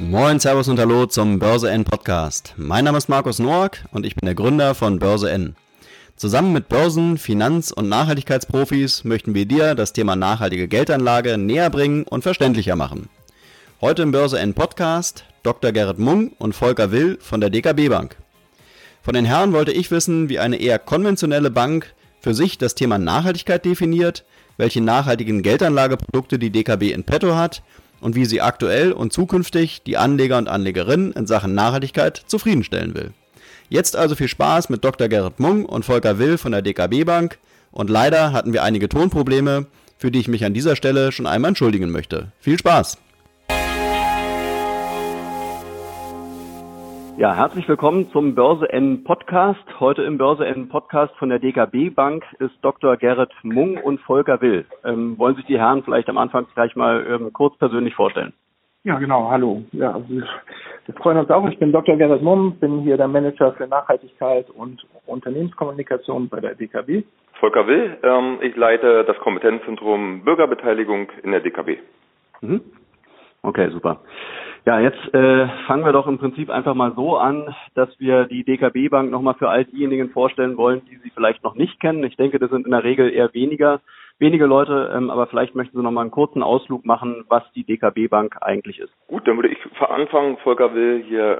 Moin, Servus und Hallo zum Börse N Podcast. Mein Name ist Markus Noack und ich bin der Gründer von Börse N. Zusammen mit Börsen-, Finanz- und Nachhaltigkeitsprofis möchten wir dir das Thema nachhaltige Geldanlage näher bringen und verständlicher machen. Heute im Börse N Podcast Dr. Gerrit Mung und Volker Will von der DKB Bank. Von den Herren wollte ich wissen, wie eine eher konventionelle Bank für sich das Thema Nachhaltigkeit definiert, welche nachhaltigen Geldanlageprodukte die DKB in petto hat und wie sie aktuell und zukünftig die Anleger und Anlegerinnen in Sachen Nachhaltigkeit zufriedenstellen will. Jetzt also viel Spaß mit Dr. Gerrit Mung und Volker Will von der DKB Bank und leider hatten wir einige Tonprobleme, für die ich mich an dieser Stelle schon einmal entschuldigen möchte. Viel Spaß! Ja, herzlich willkommen zum Börse N Podcast. Heute im Börse N Podcast von der DKB Bank ist Dr. Gerrit Mung und Volker Will. Wollen sich die Herren vielleicht am Anfang gleich mal kurz persönlich vorstellen? Ja, genau. Hallo. Ja, also wir freuen uns auch. Ich bin Dr. Gerrit Mung, bin hier der Manager für Nachhaltigkeit und Unternehmenskommunikation bei der DKB. Volker Will, ich leite das Kompetenzzentrum Bürgerbeteiligung in der DKB. Okay, super. Ja, jetzt fangen wir doch im Prinzip einfach mal so an, dass wir die DKB Bank nochmal für all diejenigen vorstellen wollen, die sie vielleicht noch nicht kennen. Ich denke, das sind in der Regel eher wenige Leute, aber vielleicht möchten Sie nochmal einen kurzen Ausflug machen, was die DKB Bank eigentlich ist. Gut, dann würde ich anfangen. Volker Will hier.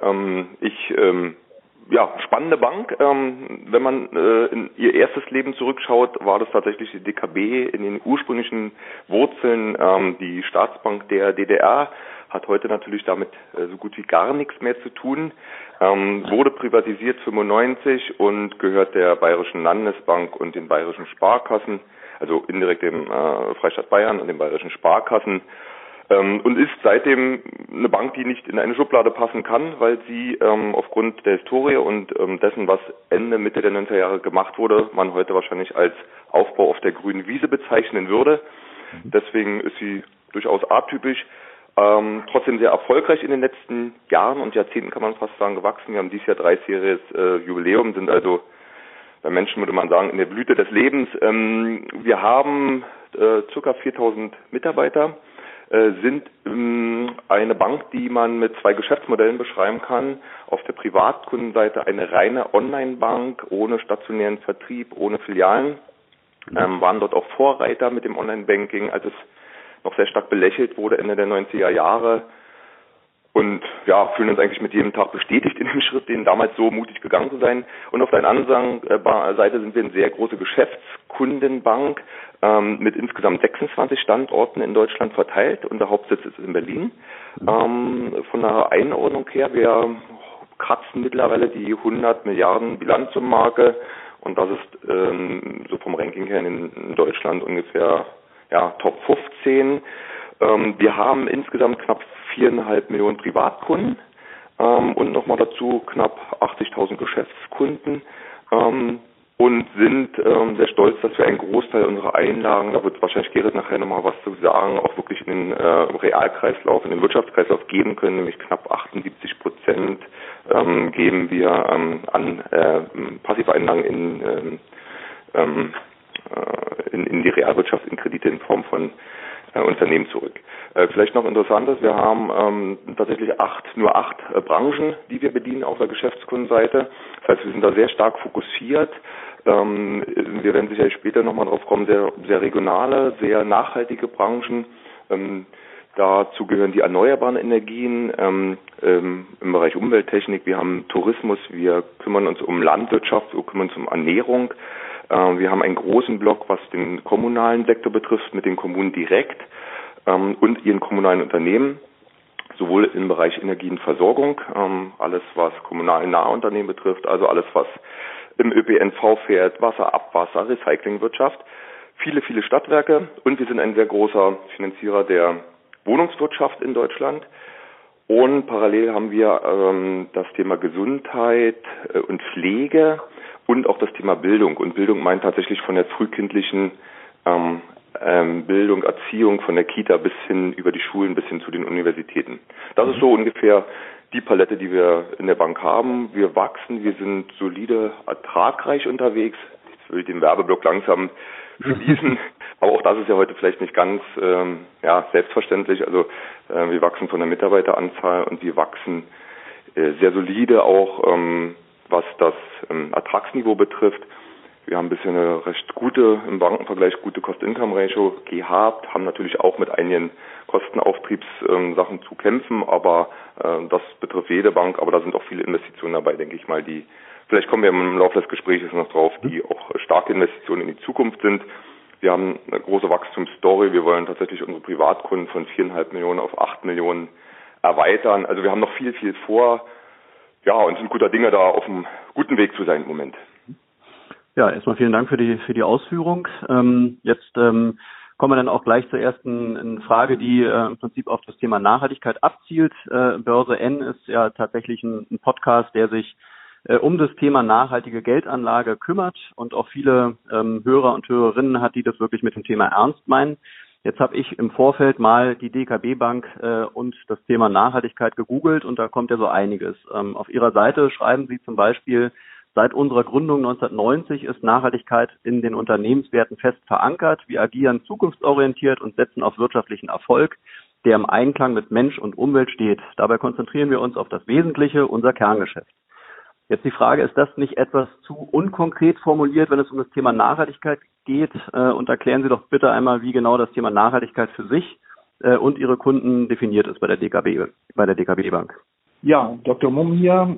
Spannende Bank. Wenn man in ihr erstes Leben zurückschaut, war das tatsächlich die DKB in den ursprünglichen Wurzeln, die Staatsbank der DDR. Hat heute natürlich damit so gut wie gar nichts mehr zu tun, wurde privatisiert 1995 und gehört der Bayerischen Landesbank und den Bayerischen Sparkassen, also indirekt dem Freistaat Bayern und den Bayerischen Sparkassen, und ist seitdem eine Bank, die nicht in eine Schublade passen kann, weil sie aufgrund der Historie und dessen, was Mitte der 90er Jahre gemacht wurde, man heute wahrscheinlich als Aufbau auf der grünen Wiese bezeichnen würde. Deswegen ist sie durchaus atypisch. Trotzdem sehr erfolgreich in den letzten Jahren und Jahrzehnten, kann man fast sagen, gewachsen. Wir haben dieses Jahr 30-jähriges Jubiläum, sind also bei Menschen, würde man sagen, in der Blüte des Lebens. Wir haben ca. 4.000 Mitarbeiter, sind eine Bank, die man mit zwei Geschäftsmodellen beschreiben kann. Auf der Privatkundenseite eine reine Online-Bank ohne stationären Vertrieb, ohne Filialen. Waren dort auch Vorreiter mit dem Online-Banking, als es noch sehr stark belächelt wurde Ende der 90er Jahre und ja, fühlen uns eigentlich mit jedem Tag bestätigt in dem Schritt, den damals so mutig gegangen zu sein. Und auf der anderen Seite sind wir eine sehr große Geschäftskundenbank mit insgesamt 26 Standorten in Deutschland verteilt. Unser Hauptsitz ist in Berlin. Von der Einordnung her, wir kratzen mittlerweile die 100 Milliarden Bilanzsummenmarke und das ist so vom Ranking her in Deutschland ungefähr Top 15. Wir haben insgesamt knapp 4,5 Millionen Privatkunden und nochmal dazu knapp 80.000 Geschäftskunden und sind sehr stolz, dass wir einen Großteil unserer Einlagen, da wird wahrscheinlich Gerrit nachher nochmal was zu sagen, auch wirklich in den Realkreislauf, in den Wirtschaftskreislauf geben können, nämlich knapp 78% geben wir an Passiveinlagen in die Realwirtschaft, in Kredite in Form von Unternehmen zurück. Vielleicht noch interessant ist, wir haben tatsächlich nur acht Branchen, die wir bedienen auf der Geschäftskundenseite. Das heißt, wir sind da sehr stark fokussiert. Wir werden sicherlich später nochmal drauf kommen, sehr regionale, sehr nachhaltige Branchen. Dazu gehören die erneuerbaren Energien im Bereich Umwelttechnik. Wir haben Tourismus, wir kümmern uns um Landwirtschaft, wir kümmern uns um Ernährung. Wir haben einen großen Block, was den kommunalen Sektor betrifft, mit den Kommunen direkt und ihren kommunalen Unternehmen, sowohl im Bereich Energienversorgung, alles was kommunal nahe Unternehmen betrifft, also alles was im ÖPNV fährt, Wasser, Abwasser, Recyclingwirtschaft, viele Stadtwerke und wir sind ein sehr großer Finanzierer der Wohnungswirtschaft in Deutschland. Und parallel haben wir das Thema Gesundheit und Pflege und auch das Thema Bildung. Und Bildung meint tatsächlich von der frühkindlichen Bildung, Erziehung, von der Kita bis hin über die Schulen bis hin zu den Universitäten. Das ist so ungefähr die Palette, die wir in der Bank haben. Wir wachsen, wir sind solide, ertragreich unterwegs. Jetzt will ich den Werbeblock langsam schließen. Aber auch das ist ja heute vielleicht nicht ganz selbstverständlich. Also wir wachsen von der Mitarbeiteranzahl und wir wachsen sehr solide auch, was das Ertragsniveau betrifft. Wir haben bisher eine recht gute, im Bankenvergleich gute Cost-Income-Ratio gehabt, haben natürlich auch mit einigen Kostenauftriebssachen zu kämpfen, aber das betrifft jede Bank, aber da sind auch viele Investitionen dabei, denke ich mal, die, vielleicht kommen wir im Laufe des Gesprächs noch drauf, die auch starke Investitionen in die Zukunft sind. Wir haben eine große Wachstumsstory, wir wollen tatsächlich unsere Privatkunden von 4,5 Millionen auf 8 Millionen erweitern, also wir haben noch viel vor, ja, und sind guter Dinge, da auf einem guten Weg zu sein im Moment. Ja, erstmal vielen Dank für die Ausführung. Jetzt kommen wir dann auch gleich zur ersten Frage, die im Prinzip auf das Thema Nachhaltigkeit abzielt. Börse N ist ja tatsächlich ein Podcast, der sich um das Thema nachhaltige Geldanlage kümmert und auch viele Hörer und Hörerinnen hat, die das wirklich mit dem Thema ernst meinen. Jetzt habe ich im Vorfeld mal die DKB Bank und das Thema Nachhaltigkeit gegoogelt und da kommt ja so einiges. Auf Ihrer Seite schreiben Sie zum Beispiel: Seit unserer Gründung 1990 ist Nachhaltigkeit in den Unternehmenswerten fest verankert. Wir agieren zukunftsorientiert und setzen auf wirtschaftlichen Erfolg, der im Einklang mit Mensch und Umwelt steht. Dabei konzentrieren wir uns auf das Wesentliche, unser Kerngeschäft. Jetzt die Frage, ist das nicht etwas zu unkonkret formuliert, wenn es um das Thema Nachhaltigkeit geht? Und erklären Sie doch bitte einmal, wie genau das Thema Nachhaltigkeit für sich und Ihre Kunden definiert ist bei der DKB Bank. Ja, Dr. Mumm hier.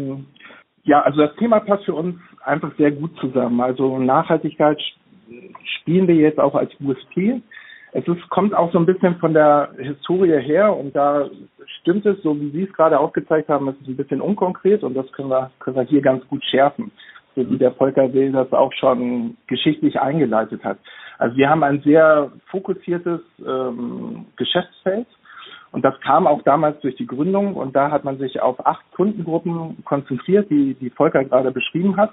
Ja, also das Thema passt für uns einfach sehr gut zusammen. Also Nachhaltigkeit spielen wir jetzt auch als USP. Kommt auch so ein bisschen von der Historie her und da stimmt es, so wie Sie es gerade aufgezeigt haben, es ist ein bisschen unkonkret und das können wir hier ganz gut schärfen, so wie der Volker Will das auch schon geschichtlich eingeleitet hat. Also wir haben ein sehr fokussiertes Geschäftsfeld. Und das kam auch damals durch die Gründung und da hat man sich auf 8 Kundengruppen konzentriert, die Volker gerade beschrieben hat,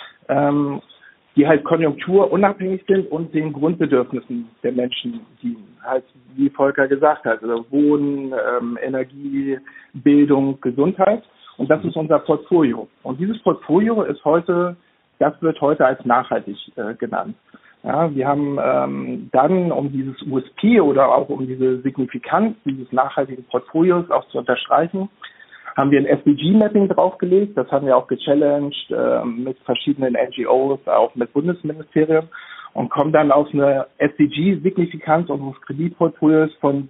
die halt konjunkturunabhängig sind und den Grundbedürfnissen der Menschen dienen. Halt, wie Volker gesagt hat, also Wohnen, Energie, Bildung, Gesundheit. Und das ist unser Portfolio. Und dieses Portfolio wird heute als nachhaltig genannt. Ja, wir haben dann, um dieses USP oder auch um diese Signifikanz dieses nachhaltigen Portfolios auch zu unterstreichen, haben wir ein SDG-Mapping draufgelegt. Das haben wir auch gechallenged mit verschiedenen NGOs, auch mit Bundesministerien und kommen dann auf eine SDG-Signifikanz unseres Kreditportfolios von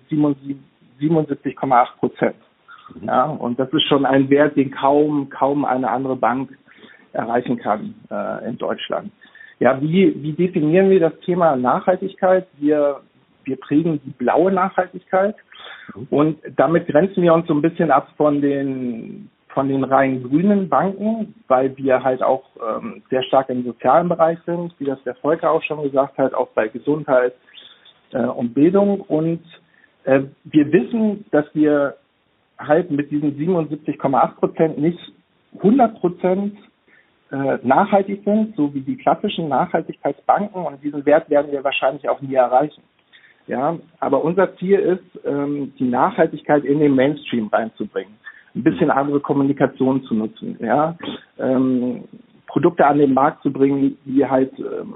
77,8%. Ja, und das ist schon ein Wert, den kaum eine andere Bank erreichen kann in Deutschland. Ja, wie definieren wir das Thema Nachhaltigkeit? Wir prägen die blaue Nachhaltigkeit und damit grenzen wir uns so ein bisschen ab von den rein grünen Banken, weil wir halt auch sehr stark im sozialen Bereich sind, wie das der Volker auch schon gesagt hat, auch bei Gesundheit und Bildung. Und wir wissen, dass wir halt mit diesen 77,8% nicht 100% nachhaltig sind, so wie die klassischen Nachhaltigkeitsbanken und diesen Wert werden wir wahrscheinlich auch nie erreichen. Ja, aber unser Ziel ist, die Nachhaltigkeit in den Mainstream reinzubringen, ein bisschen andere Kommunikation zu nutzen, ja, Produkte an den Markt zu bringen, die halt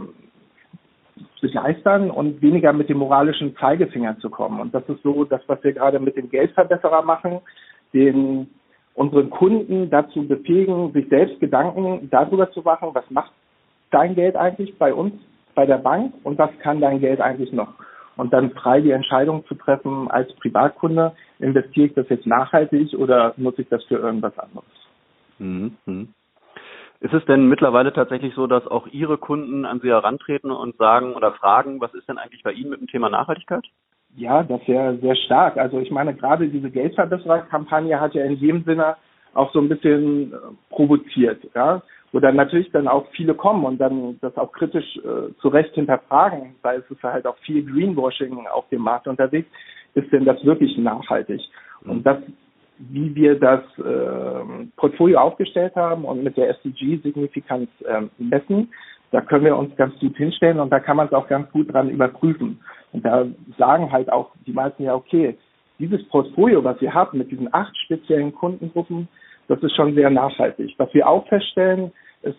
begeistern und weniger mit dem moralischen Zeigefinger zu kommen. Und das ist so das, was wir gerade mit dem Geldverbesserer machen, unseren Kunden dazu befähigen, sich selbst Gedanken darüber zu machen, was macht dein Geld eigentlich bei uns, bei der Bank und was kann dein Geld eigentlich noch? Und dann frei die Entscheidung zu treffen als Privatkunde, investiere ich das jetzt nachhaltig oder nutze ich das für irgendwas anderes? Mhm. Ist es denn mittlerweile tatsächlich so, dass auch Ihre Kunden an Sie herantreten und sagen oder fragen, was ist denn eigentlich bei Ihnen mit dem Thema Nachhaltigkeit? Ja, das ist ja sehr stark. Also ich meine, gerade diese Geldverbesserer-Kampagne hat ja in dem Sinne auch so ein bisschen provoziert, ja, wo dann natürlich dann auch viele kommen und dann das auch kritisch zu Recht hinterfragen, weil es ist halt auch viel Greenwashing auf dem Markt unterwegs. Ist denn das wirklich nachhaltig? Und das, wie wir das Portfolio aufgestellt haben und mit der SDG-Signifikanz messen, da können wir uns ganz gut hinstellen und da kann man es auch ganz gut dran überprüfen. Und da sagen halt auch die meisten ja, okay, dieses Portfolio, was wir haben mit diesen 8 speziellen Kundengruppen, das ist schon sehr nachhaltig. Was wir auch feststellen, ist,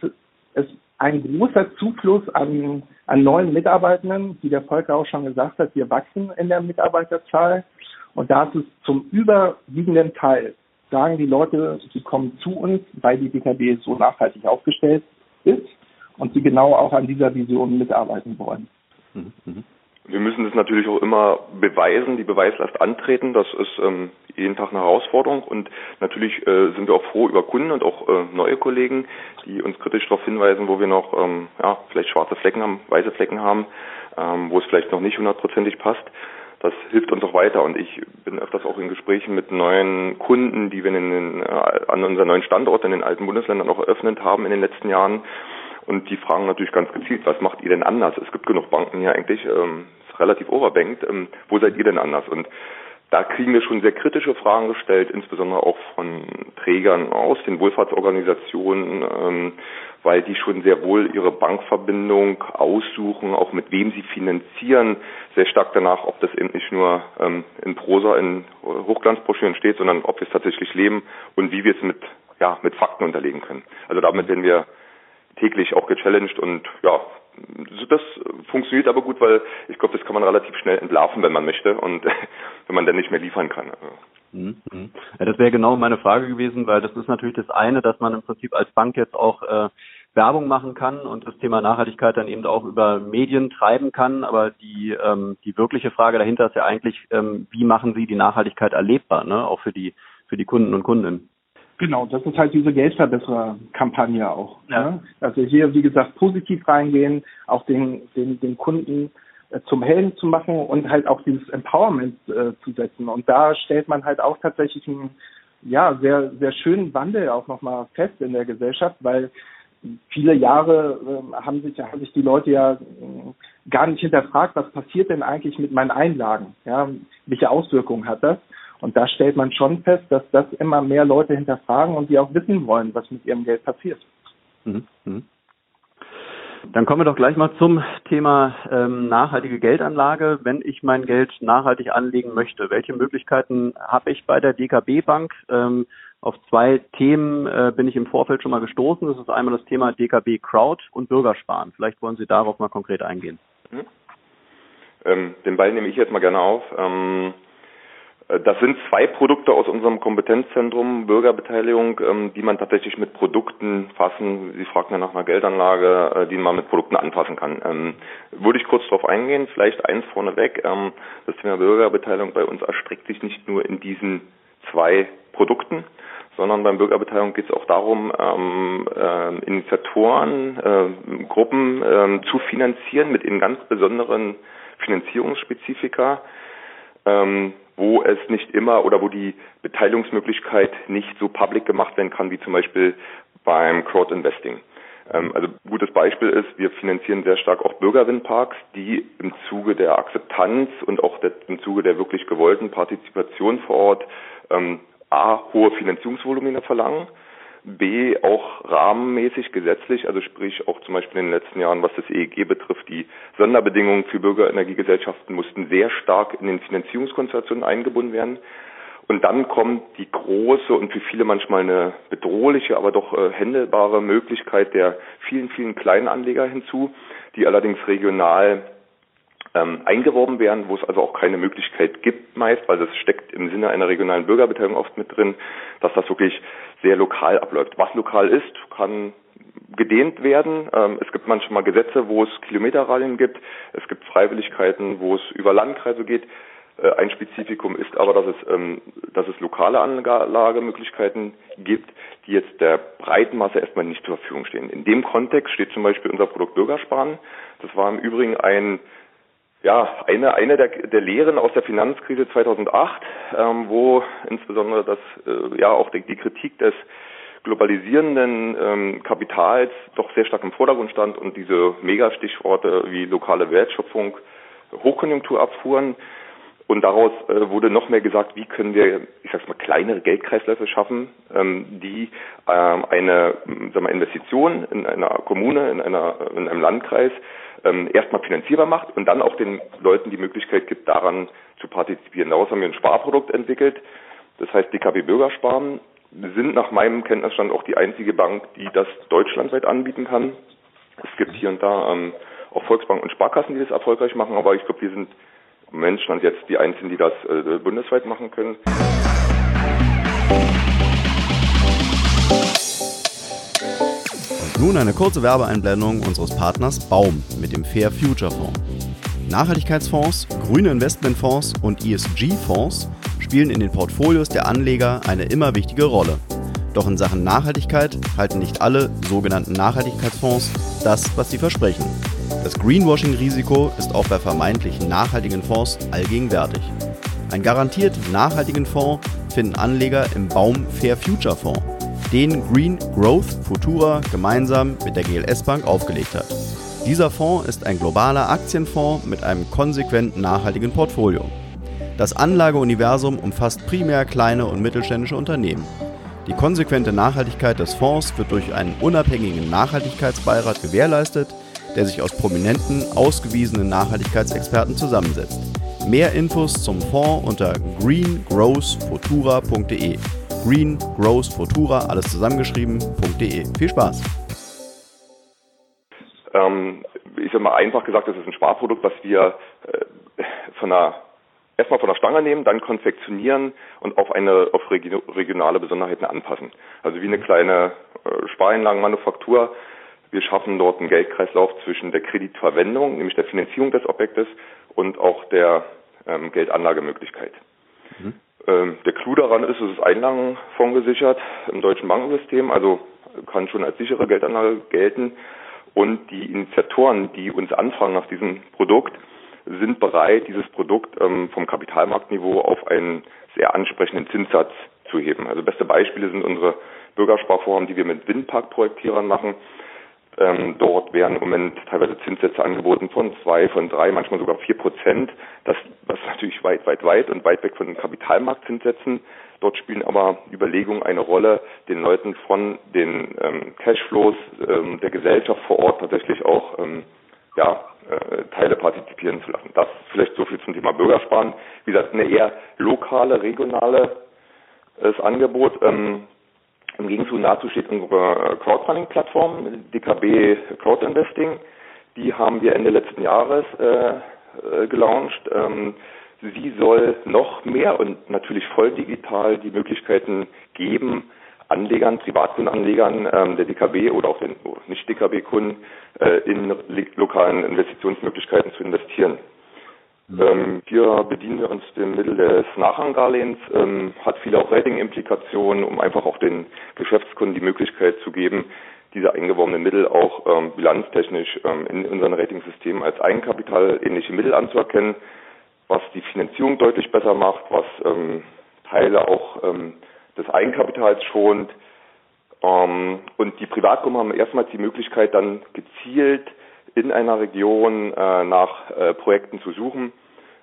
es ein großer Zufluss an neuen Mitarbeitenden, wie der Volker auch schon gesagt hat, wir wachsen in der Mitarbeiterzahl und da ist es zum überwiegenden Teil, sagen die Leute, sie kommen zu uns, weil die DKB so nachhaltig aufgestellt ist und sie genau auch an dieser Vision mitarbeiten wollen. Wir müssen das natürlich auch immer beweisen, die Beweislast antreten. Das ist jeden Tag eine Herausforderung und natürlich sind wir auch froh über Kunden und auch neue Kollegen, die uns kritisch darauf hinweisen, wo wir noch vielleicht schwarze Flecken haben, weiße Flecken haben, wo es vielleicht noch nicht 100%ig passt. Das hilft uns auch weiter und ich bin öfters auch in Gesprächen mit neuen Kunden, die wir an unseren neuen Standort in den alten Bundesländern auch eröffnet haben in den letzten Jahren. Und die fragen natürlich ganz gezielt, was macht ihr denn anders? Es gibt genug Banken hier eigentlich, ist relativ overbankt. Wo seid ihr denn anders? Und da kriegen wir schon sehr kritische Fragen gestellt, insbesondere auch von Trägern aus den Wohlfahrtsorganisationen, weil die schon sehr wohl ihre Bankverbindung aussuchen, auch mit wem sie finanzieren, sehr stark danach, ob das eben nicht nur in Prosa, in Hochglanzbroschüren steht, sondern ob wir es tatsächlich leben und wie wir es mit Fakten unterlegen können. Also damit werden wir täglich auch gechallenged und das funktioniert aber gut, weil ich glaube, das kann man relativ schnell entlarven, wenn man möchte und wenn man dann nicht mehr liefern kann. Ja, das wäre genau meine Frage gewesen, weil das ist natürlich das eine, dass man im Prinzip als Bank jetzt auch Werbung machen kann und das Thema Nachhaltigkeit dann eben auch über Medien treiben kann, aber die wirkliche Frage dahinter ist ja eigentlich, wie machen Sie die Nachhaltigkeit erlebbar, ne? Auch für die Kunden und Kundinnen. Genau, das ist halt diese Geldverbesserer-Kampagne auch. Ja. Ne? Also hier, wie gesagt, positiv reingehen, auch den Kunden zum Helden zu machen und halt auch dieses Empowerment zu setzen. Und da stellt man halt auch tatsächlich einen sehr, sehr schönen Wandel auch nochmal fest in der Gesellschaft, weil viele Jahre haben sich die Leute gar nicht hinterfragt, was passiert denn eigentlich mit meinen Einlagen? Ja, welche Auswirkungen hat das? Und da stellt man schon fest, dass das immer mehr Leute hinterfragen und die auch wissen wollen, was mit ihrem Geld passiert. Dann kommen wir doch gleich mal zum Thema nachhaltige Geldanlage. Wenn ich mein Geld nachhaltig anlegen möchte, welche Möglichkeiten habe ich bei der DKB Bank? Auf zwei Themen bin ich im Vorfeld schon mal gestoßen. Das ist einmal das Thema DKB Crowd und Bürgersparen. Vielleicht wollen Sie darauf mal konkret eingehen. Den Ball nehme ich jetzt mal gerne auf. Das sind zwei Produkte aus unserem Kompetenzzentrum Bürgerbeteiligung, die man tatsächlich mit Produkten fassen. Sie fragten ja nach einer Geldanlage, die man mit Produkten anfassen kann. Würde ich kurz darauf eingehen, vielleicht eins vorneweg. Das Thema Bürgerbeteiligung bei uns erstreckt sich nicht nur in diesen zwei Produkten, sondern beim Bürgerbeteiligung geht es auch darum, Initiatoren, Gruppen zu finanzieren mit in ganz besonderen Finanzierungsspezifika, wo es nicht immer oder wo die Beteiligungsmöglichkeit nicht so public gemacht werden kann, wie zum Beispiel beim Crowdinvesting. Also ein gutes Beispiel ist, wir finanzieren sehr stark auch Bürgerwindparks, die im Zuge der Akzeptanz und auch im Zuge der wirklich gewollten Partizipation vor Ort A, hohe Finanzierungsvolumina verlangen, B, auch rahmenmäßig gesetzlich, also sprich auch zum Beispiel in den letzten Jahren, was das EEG betrifft, die Sonderbedingungen für Bürgerenergiegesellschaften mussten sehr stark in den Finanzierungskonstellationen eingebunden werden. Und dann kommt die große und für viele manchmal eine bedrohliche, aber doch händelbare Möglichkeit der vielen, vielen kleinen Anleger hinzu, die allerdings regional eingeworben werden, wo es also auch keine Möglichkeit gibt meist, weil das steckt im Sinne einer regionalen Bürgerbeteiligung oft mit drin, dass das wirklich sehr lokal abläuft. Was lokal ist, kann gedehnt werden. Es gibt manchmal Gesetze, wo es Kilometerradien gibt. Es gibt Freiwilligkeiten, wo es über Landkreise geht. Ein Spezifikum ist aber, dass es lokale Anlagemöglichkeiten gibt, die jetzt der breiten Masse erstmal nicht zur Verfügung stehen. In dem Kontext steht zum Beispiel unser Produkt Bürgersparen. Das war im Übrigen eine der Lehren aus der Finanzkrise 2008, wo insbesondere auch die Kritik des globalisierenden Kapitals doch sehr stark im Vordergrund stand und diese Megastichworte wie lokale Wertschöpfung Hochkonjunktur abfuhren. Und daraus wurde noch mehr gesagt, wie können wir, kleinere Geldkreisläufe schaffen, die eine Investition in einer Kommune, in einem Landkreis erstmal finanzierbar macht und dann auch den Leuten die Möglichkeit gibt, daran zu partizipieren. Daraus haben wir ein Sparprodukt entwickelt, das heißt DKB Bürgersparen. sind nach meinem Kenntnisstand auch die einzige Bank, die das deutschlandweit anbieten kann. Es gibt hier und da auch Volksbanken und Sparkassen, die das erfolgreich machen, aber ich glaube, wir sind im Moment Stand jetzt die einzigen, die das bundesweit machen können. Und nun eine kurze Werbeeinblendung unseres Partners Baum mit dem Fair Future Fonds. Nachhaltigkeitsfonds, grüne Investmentfonds und ESG-Fonds spielen in den Portfolios der Anleger eine immer wichtige Rolle. Doch in Sachen Nachhaltigkeit halten nicht alle sogenannten Nachhaltigkeitsfonds das, was sie versprechen. Das Greenwashing-Risiko ist auch bei vermeintlich nachhaltigen Fonds allgegenwärtig. Einen garantiert nachhaltigen Fonds finden Anleger im Baum Fair Future Fonds, den Green Growth Futura gemeinsam mit der GLS Bank aufgelegt hat. Dieser Fonds ist ein globaler Aktienfonds mit einem konsequent nachhaltigen Portfolio. Das Anlageuniversum umfasst primär kleine und mittelständische Unternehmen. Die konsequente Nachhaltigkeit des Fonds wird durch einen unabhängigen Nachhaltigkeitsbeirat gewährleistet, der sich aus prominenten, ausgewiesenen Nachhaltigkeitsexperten zusammensetzt. Mehr Infos zum Fonds unter greengrowthfutura.de. Greengrowthfutura, alles zusammengeschrieben.de. Viel Spaß! Ich sage mal einfach gesagt, das ist ein Sparprodukt, was wir erstmal von der Stange nehmen, dann konfektionieren und auf regionale Besonderheiten anpassen. Also wie eine kleine Spareinlagenmanufaktur. Wir schaffen dort einen Geldkreislauf zwischen der Kreditverwendung, nämlich der Finanzierung des Objektes, und auch der Geldanlagemöglichkeit. Der Clou daran ist, es ist Einlagenfonds gesichert im deutschen Bankensystem, also kann schon als sichere Geldanlage gelten. Und die Initiatoren, die uns anfragen nach diesem Produkt, sind bereit, dieses Produkt vom Kapitalmarktniveau auf einen sehr ansprechenden Zinssatz zu heben. Also beste Beispiele sind unsere Bürgersparvorhaben, die wir mit Windparkprojektierern machen. Dort werden im Moment teilweise Zinssätze angeboten von 2, von 3, manchmal sogar 4%. Das ist natürlich weit und weit weg von den Kapitalmarktzinssätzen. Dort spielen aber Überlegungen eine Rolle, den Leuten von den Cashflows der Gesellschaft vor Ort tatsächlich auch Teile partizipieren zu lassen. Das vielleicht so viel zum Thema Bürgersparen. Wie gesagt, eine eher lokale, regionale Angebot. Im Gegenzug dazu steht unsere Crowdfunding-Plattform, DKB Crowdinvesting. Die haben wir Ende letzten Jahres gelauncht. Sie soll noch mehr und natürlich voll digital die Möglichkeiten geben, Anlegern, Privatkundenanlegern der DKB oder auch den Nicht-DKB-Kunden in lokalen Investitionsmöglichkeiten zu investieren. Hier bedienen wir uns dem Mittel des Nachrangdarlehens, hat viele auch Rating-Implikationen, um einfach auch den Geschäftskunden die Möglichkeit zu geben, diese eingeworbenen Mittel auch bilanztechnisch in unseren Ratingsystemen als eigenkapitalähnliche Mittel anzuerkennen, was die Finanzierung deutlich besser macht, was Teile auch des Eigenkapitals schont. Und die Privatkunden haben erstmals die Möglichkeit, dann gezielt in einer Region nach Projekten zu suchen,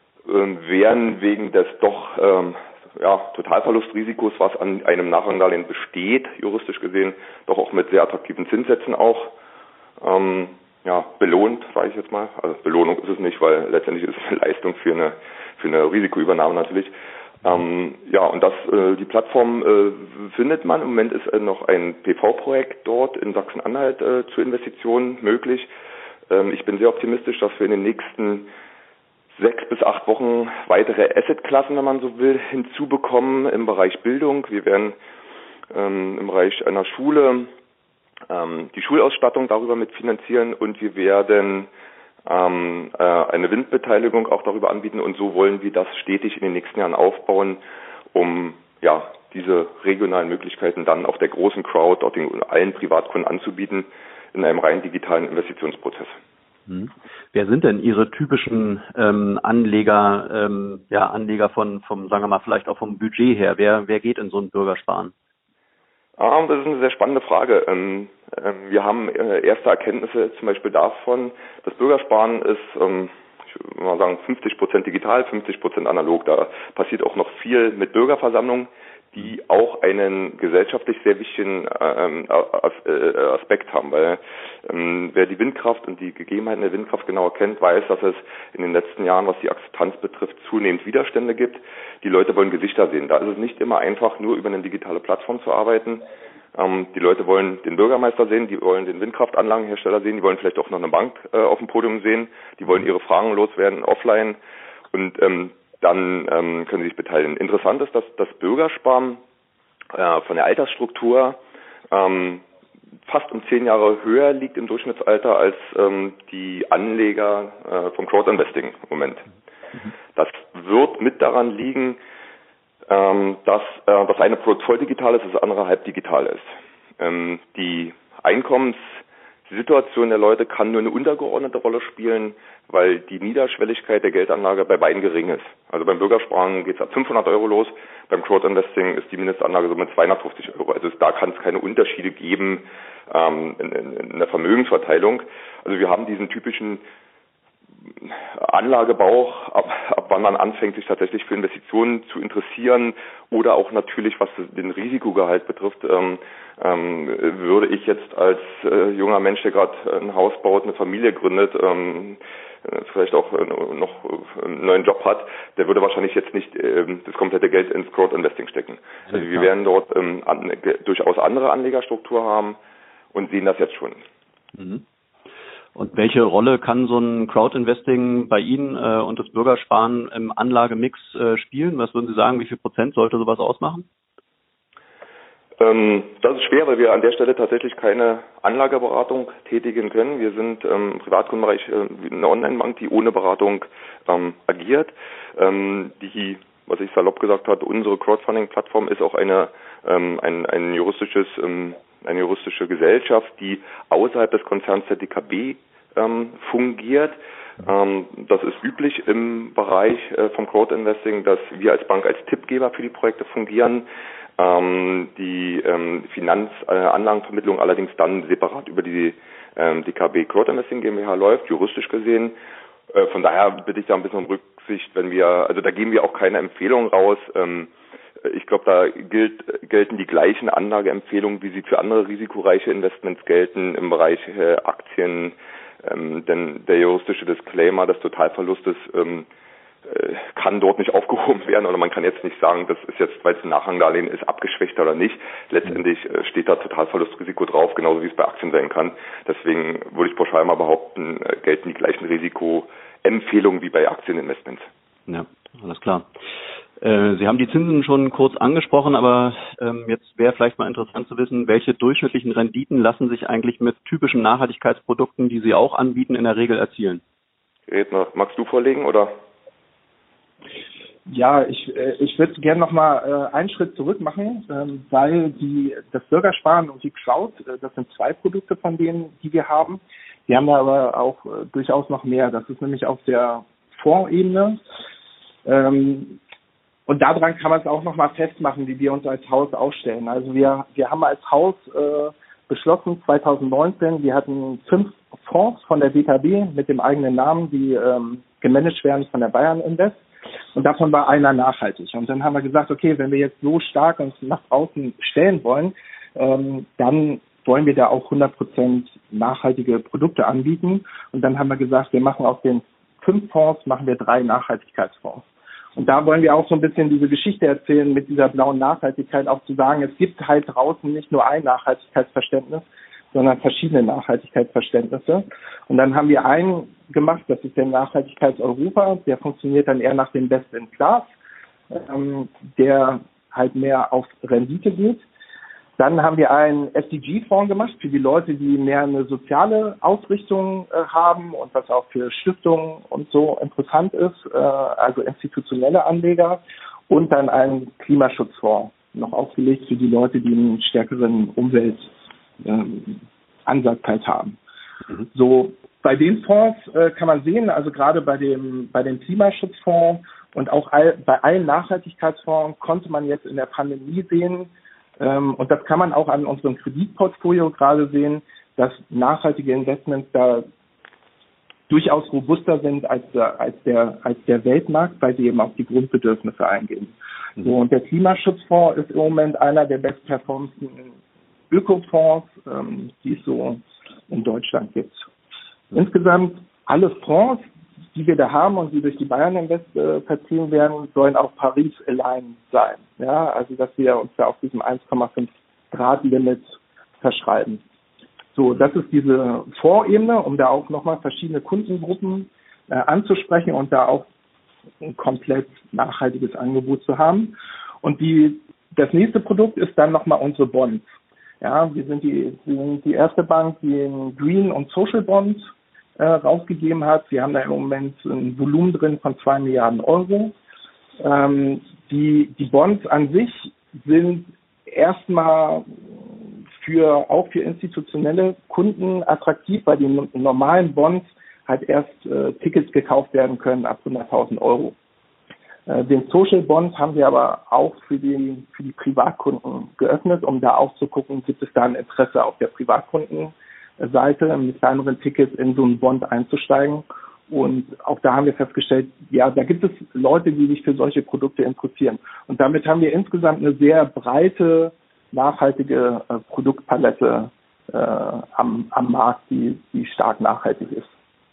wären wegen des doch Totalverlustrisikos, was an einem Nachrangdarlehen besteht, juristisch gesehen, doch auch mit sehr attraktiven Zinssätzen auch belohnt, sage ich jetzt mal. Also Belohnung ist es nicht, weil letztendlich ist es eine Leistung für eine Risikoübernahme natürlich. Und die Plattform findet man. Im Moment ist noch ein PV-Projekt dort in Sachsen-Anhalt zur Investition möglich. Ich bin sehr optimistisch, dass wir in den nächsten 6 bis 8 Wochen weitere Assetklassen, wenn man so will, hinzubekommen im Bereich Bildung. Wir werden im Bereich einer Schule die Schulausstattung darüber mitfinanzieren und wir werden eine Windbeteiligung auch darüber anbieten und so wollen wir das stetig in den nächsten Jahren aufbauen, um diese regionalen Möglichkeiten dann auf der großen Crowd, dort allen Privatkunden anzubieten, in einem rein digitalen Investitionsprozess. Wer sind denn Ihre typischen Anleger, Anleger vom, sagen wir mal, vielleicht auch vom Budget her? Wer geht in so ein Bürgersparen? Das ist eine sehr spannende Frage. Wir haben erste Erkenntnisse zum Beispiel davon, das Bürgersparen ist, ich würde mal sagen, 50% digital, 50% analog. Da passiert auch noch viel mit Bürgerversammlungen, die auch einen gesellschaftlich sehr wichtigen Aspekt haben, weil wer die Windkraft und die Gegebenheiten der Windkraft genauer kennt, weiß, dass es in den letzten Jahren, was die Akzeptanz betrifft, zunehmend Widerstände gibt. Die Leute wollen Gesichter sehen. Da ist es nicht immer einfach, nur über eine digitale Plattform zu arbeiten. Die Leute wollen den Bürgermeister sehen, die wollen den Windkraftanlagenhersteller sehen, die wollen vielleicht auch noch eine Bank auf dem Podium sehen, die wollen ihre Fragen loswerden offline und dann können sie sich beteiligen. Interessant ist, dass das Bürgersparen von der Altersstruktur fast um 10 Jahre höher liegt im Durchschnittsalter als die Anleger vom Crowdinvesting im Moment. Das wird mit daran liegen, dass das eine Produkt voll digital ist, das andere halb digital ist. Die Einkommenssituation der Leute kann nur eine untergeordnete Rolle spielen, weil die Niederschwelligkeit der Geldanlage bei beiden gering ist. Also beim Bürgersparen geht es ab 500 Euro los, beim Crowdinvesting ist die Mindestanlage so mit 250 Euro. Also da kann es keine Unterschiede geben in der Vermögensverteilung. Also wir haben diesen typischen Anlagebauch, ab wann man anfängt, sich tatsächlich für Investitionen zu interessieren oder auch natürlich, was den Risikogehalt betrifft, würde ich jetzt als junger Mensch, der gerade ein Haus baut, eine Familie gründet, vielleicht auch noch einen neuen Job hat, der würde wahrscheinlich jetzt nicht das komplette Geld ins Crowdinvesting stecken. Also wir werden dort durchaus andere Anlegerstruktur haben und sehen das jetzt schon. Mhm. Und welche Rolle kann so ein Crowdinvesting bei Ihnen und das Bürgersparen im Anlagemix spielen? Was würden Sie sagen, wie viel Prozent sollte sowas ausmachen? Das ist schwer, weil wir an der Stelle tatsächlich keine Anlageberatung tätigen können. Wir sind im Privatkundenbereich eine Online-Bank, die ohne Beratung agiert. Was ich salopp gesagt habe, unsere Crowdfunding-Plattform ist auch eine juristische Gesellschaft, die außerhalb des Konzerns der DKB fungiert. Das ist üblich im Bereich vom Crowdinvesting, dass wir als Bank als Tippgeber für die Projekte fungieren. Die Finanzanlagenvermittlung allerdings dann separat über die DKB Crowdinvesting GmbH läuft, juristisch gesehen. Von daher bitte ich da ein bisschen um Rücksicht, da geben wir auch keine Empfehlung raus. Ich glaube, da gelten die gleichen Anlageempfehlungen, wie sie für andere risikoreiche Investments gelten im Bereich Aktien. Denn der juristische Disclaimer des Totalverlustes kann dort nicht aufgehoben werden oder man kann jetzt nicht sagen, das ist jetzt, weil es ein Nachrangdarlehen ist, abgeschwächt oder nicht. Letztendlich steht da Totalverlustrisiko drauf, genauso wie es bei Aktien sein kann. Deswegen würde ich pauschal mal behaupten, gelten die gleichen Risikoempfehlungen wie bei Aktieninvestments. Ja, alles klar. Sie haben die Zinsen schon kurz angesprochen, aber jetzt wäre vielleicht mal interessant zu wissen, welche durchschnittlichen Renditen lassen sich eigentlich mit typischen Nachhaltigkeitsprodukten, die Sie auch anbieten, in der Regel erzielen? Redner, magst du vorlegen oder? Ja, ich würde gerne noch mal einen Schritt zurück machen, weil das Bürgersparen und die Crowd, das sind 2 Produkte von denen, die wir haben. Wir haben da aber auch durchaus noch mehr. Das ist nämlich auf der Fondsebene. Und daran kann man es auch nochmal festmachen, wie wir uns als Haus aufstellen. Also wir haben als Haus beschlossen 2019, wir hatten 5 Fonds von der DKB mit dem eigenen Namen, die gemanagt werden von der Bayern Invest. Und davon war einer nachhaltig. Und dann haben wir gesagt, okay, wenn wir jetzt so stark uns nach außen stellen wollen, dann wollen wir da auch 100% nachhaltige Produkte anbieten. Und dann haben wir gesagt, wir machen aus den 5 Fonds, machen wir 3 Nachhaltigkeitsfonds. Und da wollen wir auch so ein bisschen diese Geschichte erzählen mit dieser blauen Nachhaltigkeit, auch zu sagen, es gibt halt draußen nicht nur ein Nachhaltigkeitsverständnis, sondern verschiedene Nachhaltigkeitsverständnisse. Und dann haben wir einen gemacht, das ist der Nachhaltigkeitseuropa, der funktioniert dann eher nach dem Best in Class, der halt mehr auf Rendite geht. Dann haben wir einen SDG-Fonds gemacht für die Leute, die mehr eine soziale Ausrichtung haben und was auch für Stiftungen und so interessant ist, also institutionelle Anleger. Und dann einen Klimaschutzfonds, noch aufgelegt für die Leute, die einen stärkeren Umweltansatz halt haben. So, bei den Fonds kann man sehen, also gerade bei dem Klimaschutzfonds und auch bei allen Nachhaltigkeitsfonds konnte man jetzt in der Pandemie sehen, und das kann man auch an unserem Kreditportfolio gerade sehen, dass nachhaltige Investments da durchaus robuster sind als der Weltmarkt, weil sie eben auf die Grundbedürfnisse eingehen. So, und der Klimaschutzfonds ist im Moment einer der bestperformsten Ökofonds, die es so in Deutschland gibt. Insgesamt alle Fonds, die wir da haben und die durch die Bayern Invest vertrieben werden, sollen auch Paris-aligned sein. Ja, also dass wir uns da auf diesem 1,5 Grad Limit verschreiben. So, das ist diese Vorebene, um da auch nochmal verschiedene Kundengruppen anzusprechen und da auch ein komplett nachhaltiges Angebot zu haben. Und das nächste Produkt ist dann nochmal unsere Bonds. Ja, wir sind die erste Bank, die einen Green und Social Bond rausgegeben hat. Wir haben da im Moment ein Volumen drin von 2 Milliarden Euro. Die Bonds an sich sind erstmal auch für institutionelle Kunden attraktiv, weil die normalen Bonds halt erst Tickets gekauft werden können ab 100.000 Euro. Den Social Bond haben wir aber auch für die Privatkunden geöffnet, um da auch zu gucken, gibt es da ein Interesse auf der Privatkundenseite, mit kleineren Tickets in so einen Bond einzusteigen. Und auch da haben wir festgestellt, ja, da gibt es Leute, die sich für solche Produkte interessieren. Und damit haben wir insgesamt eine sehr breite, nachhaltige Produktpalette am Markt, die stark nachhaltig ist.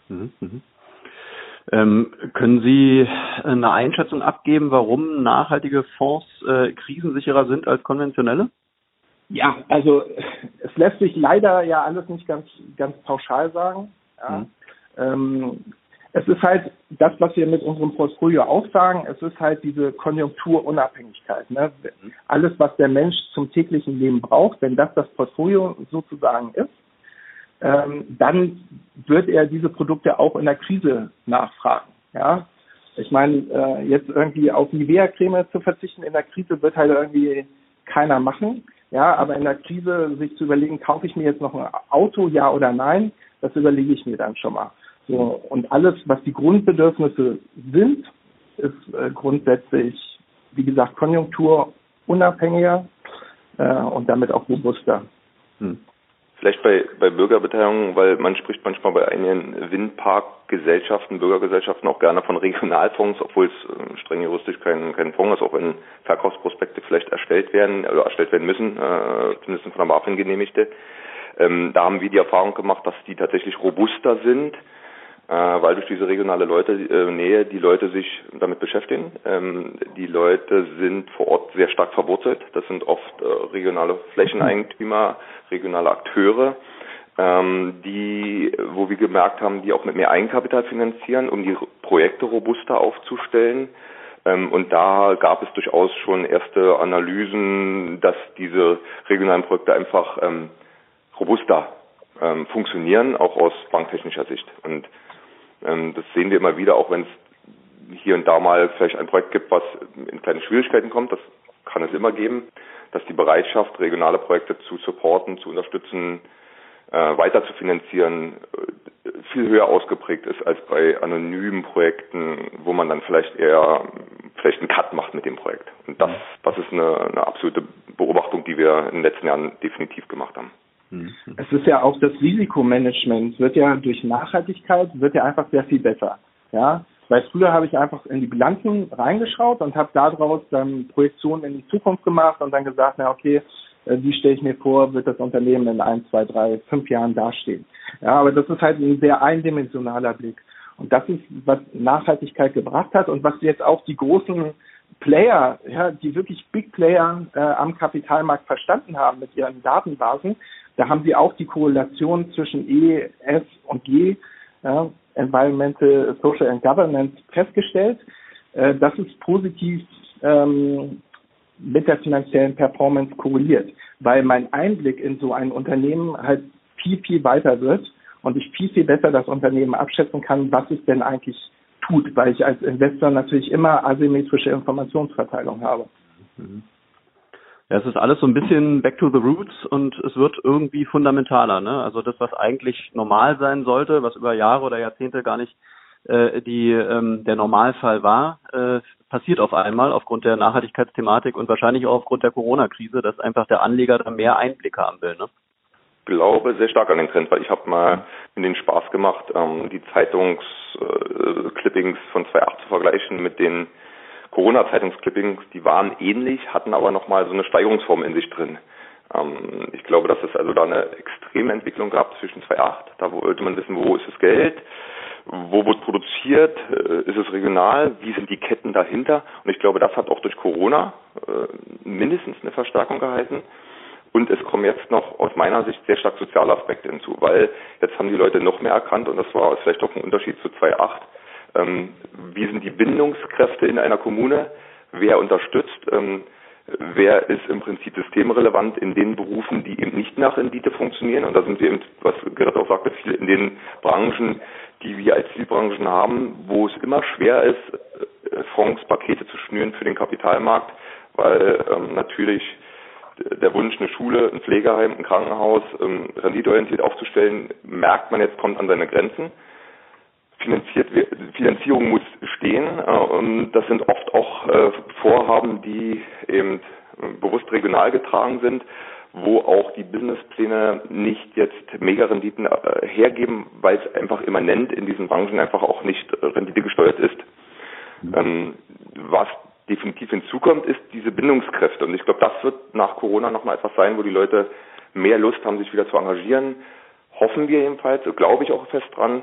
Können Sie eine Einschätzung abgeben, warum nachhaltige Fonds krisensicherer sind als konventionelle? Ja, also es lässt sich leider ja alles nicht ganz pauschal sagen. Ja. Es ist halt das, was wir mit unserem Portfolio auch sagen, es ist halt diese Konjunkturunabhängigkeit. Ne? Alles, was der Mensch zum täglichen Leben braucht, wenn das Portfolio sozusagen ist, dann wird er diese Produkte auch in der Krise nachfragen. Ja? Ich meine, jetzt irgendwie auf Nivea-Creme zu verzichten in der Krise wird halt irgendwie keiner machen. Ja, aber in der Krise sich zu überlegen, kaufe ich mir jetzt noch ein Auto, ja oder nein, das überlege ich mir dann schon mal. So, und alles, was die Grundbedürfnisse sind, ist grundsätzlich, wie gesagt, konjunkturunabhängiger und damit auch robuster. Vielleicht bei Bürgerbeteiligung, weil man spricht manchmal bei einigen Windparkgesellschaften, Bürgergesellschaften auch gerne von Regionalfonds, obwohl es streng juristisch kein Fonds ist, auch wenn Verkaufsprospekte vielleicht erstellt werden müssen, zumindest von der BaFin genehmigte. Da haben wir die Erfahrung gemacht, dass die tatsächlich robuster sind, weil durch diese regionale Nähe die Leute sich damit beschäftigen. Die Leute sind vor Ort sehr stark verwurzelt. Das sind oft regionale Flächeneigentümer, regionale Akteure, wo wir gemerkt haben, die auch mit mehr Eigenkapital finanzieren, um die Projekte robuster aufzustellen. Und da gab es durchaus schon erste Analysen, dass diese regionalen Projekte einfach robuster funktionieren, auch aus banktechnischer Sicht. Und das sehen wir immer wieder, auch wenn es hier und da mal vielleicht ein Projekt gibt, was in kleine Schwierigkeiten kommt, das kann es immer geben, dass die Bereitschaft, regionale Projekte zu supporten, zu unterstützen, weiter zu finanzieren, viel höher ausgeprägt ist als bei anonymen Projekten, wo man dann vielleicht einen Cut macht mit dem Projekt. Und das ist eine absolute Beobachtung, die wir in den letzten Jahren definitiv gemacht haben. Es ist ja auch das Risikomanagement wird ja durch Nachhaltigkeit einfach sehr viel besser. Ja, weil früher habe ich einfach in die Bilanzen reingeschaut und habe daraus dann Projektionen in die Zukunft gemacht und dann gesagt, na okay, wie stelle ich mir vor, wird das Unternehmen in 1, 2, 3, 5 Jahren dastehen. Ja, aber das ist halt ein sehr eindimensionaler Blick. Und das ist, was Nachhaltigkeit gebracht hat und was jetzt auch die großen Player, ja, die wirklich Big Player am Kapitalmarkt verstanden haben mit ihren Datenbasen. Da haben sie auch die Korrelation zwischen E, S und G, Environmental, Social and Governance, festgestellt. Das ist positiv mit der finanziellen Performance korreliert, weil mein Einblick in so ein Unternehmen halt viel, viel weiter wird und ich viel, viel besser das Unternehmen abschätzen kann, was es denn eigentlich tut, weil ich als Investor natürlich immer asymmetrische Informationsverteilung habe. Ja, es ist alles so ein bisschen back to the roots und es wird irgendwie fundamentaler, ne? Also das, was eigentlich normal sein sollte, was über Jahre oder Jahrzehnte gar nicht der Normalfall war, passiert auf einmal aufgrund der Nachhaltigkeitsthematik und wahrscheinlich auch aufgrund der Corona-Krise, dass einfach der Anleger da mehr Einblick haben will, ne? glaube sehr stark an den Trend, weil ich habe mal in den Spaß gemacht, die Zeitungsclippings von 2008 zu vergleichen mit den Corona-Zeitungsclippings. Die waren ähnlich, hatten aber nochmal so eine Steigerungsform in sich drin. Ich glaube, dass es also da eine extreme Entwicklung gab zwischen 2008. Da wollte man wissen, wo ist das Geld, wo wird produziert, ist es regional, wie sind die Ketten dahinter. Und ich glaube, das hat auch durch Corona mindestens eine Verstärkung gehalten. Und es kommen jetzt noch aus meiner Sicht sehr stark soziale Aspekte hinzu, weil jetzt haben die Leute noch mehr erkannt, und das war vielleicht auch ein Unterschied zu 2008, wie sind die Bindungskräfte in einer Kommune, wer unterstützt, wer ist im Prinzip systemrelevant in den Berufen, die eben nicht nach Rendite funktionieren. Und da sind wir eben, was Gerrit auch sagte, viel in den Branchen, die wir als Zielbranchen haben, wo es immer schwer ist, Fondspakete zu schnüren für den Kapitalmarkt, weil natürlich der Wunsch, eine Schule, ein Pflegeheim, ein Krankenhaus renditeorientiert aufzustellen, merkt man jetzt, kommt an seine Grenzen. Finanzierung muss stehen. Und das sind oft auch Vorhaben, die eben bewusst regional getragen sind, wo auch die Businesspläne nicht jetzt Mega-Renditen hergeben, weil es einfach immanent in diesen Branchen einfach auch nicht renditegesteuert ist. Was definitiv hinzukommt, ist diese Bindungskräfte. Und ich glaube, das wird nach Corona nochmal etwas sein, wo die Leute mehr Lust haben, sich wieder zu engagieren. Hoffen wir jedenfalls, glaube ich auch fest dran.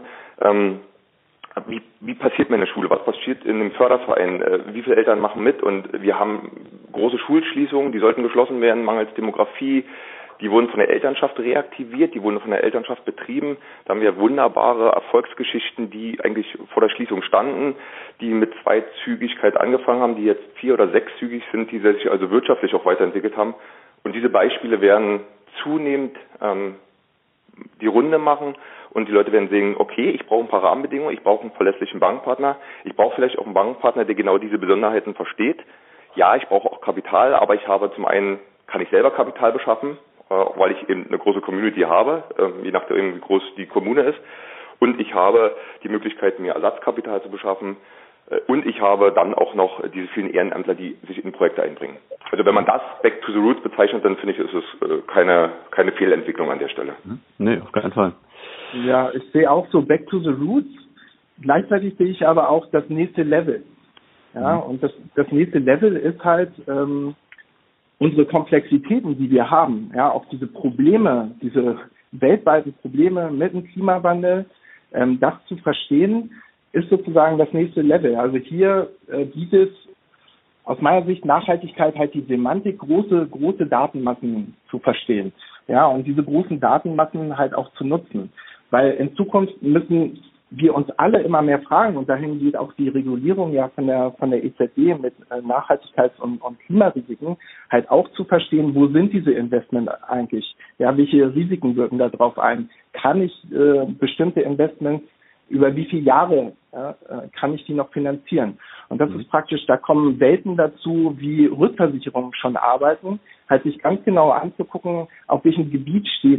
Wie passiert mir in der Schule? Was passiert in einem Förderverein? Wie viele Eltern machen mit? Und wir haben große Schulschließungen, die sollten geschlossen werden, mangels Demografie. Die wurden von der Elternschaft reaktiviert, die wurden von der Elternschaft betrieben. Da haben wir wunderbare Erfolgsgeschichten, die eigentlich vor der Schließung standen, die mit Zweizügigkeit angefangen haben, die jetzt 4- oder 6-zügig sind, die sich also wirtschaftlich auch weiterentwickelt haben. Und diese Beispiele werden zunehmend die Runde machen und die Leute werden sehen, okay, ich brauche ein paar Rahmenbedingungen, ich brauche einen verlässlichen Bankpartner, ich brauche vielleicht auch einen Bankpartner, der genau diese Besonderheiten versteht. Ja, ich brauche auch Kapital, aber ich habe zum einen, kann ich selber Kapital beschaffen, weil ich eben eine große Community habe, je nachdem wie groß die Kommune ist, und ich habe die Möglichkeit, mir Ersatzkapital zu beschaffen, und ich habe dann auch noch diese vielen Ehrenamtler, die sich in Projekte einbringen. Also wenn man das Back to the Roots bezeichnet, dann finde ich, ist es keine Fehlentwicklung an der Stelle. Nee, auf keinen Fall. Ja, ich sehe auch so Back to the Roots. Gleichzeitig sehe ich aber auch das nächste Level. Ja, und das nächste Level ist halt unsere Komplexitäten, die wir haben. Ja, auch diese Probleme, diese weltweiten Probleme mit dem Klimawandel, das zu verstehen, ist sozusagen das nächste Level. Also hier bietet aus meiner Sicht Nachhaltigkeit halt die Semantik, große Datenmassen zu verstehen. Ja, und diese großen Datenmassen halt auch zu nutzen. Weil in Zukunft müssen wir uns alle immer mehr fragen, und dahin geht auch die Regulierung ja von der EZB mit Nachhaltigkeits- und Klimarisiken, halt auch zu verstehen, wo sind diese Investments eigentlich? Ja, welche Risiken wirken da drauf ein? Kann ich bestimmte Investments über wie viele Jahre kann ich die noch finanzieren? Und das ist praktisch, da kommen Welten dazu, wie Rückversicherungen schon arbeiten, halt sich ganz genau anzugucken, auf welchem Gebiet steht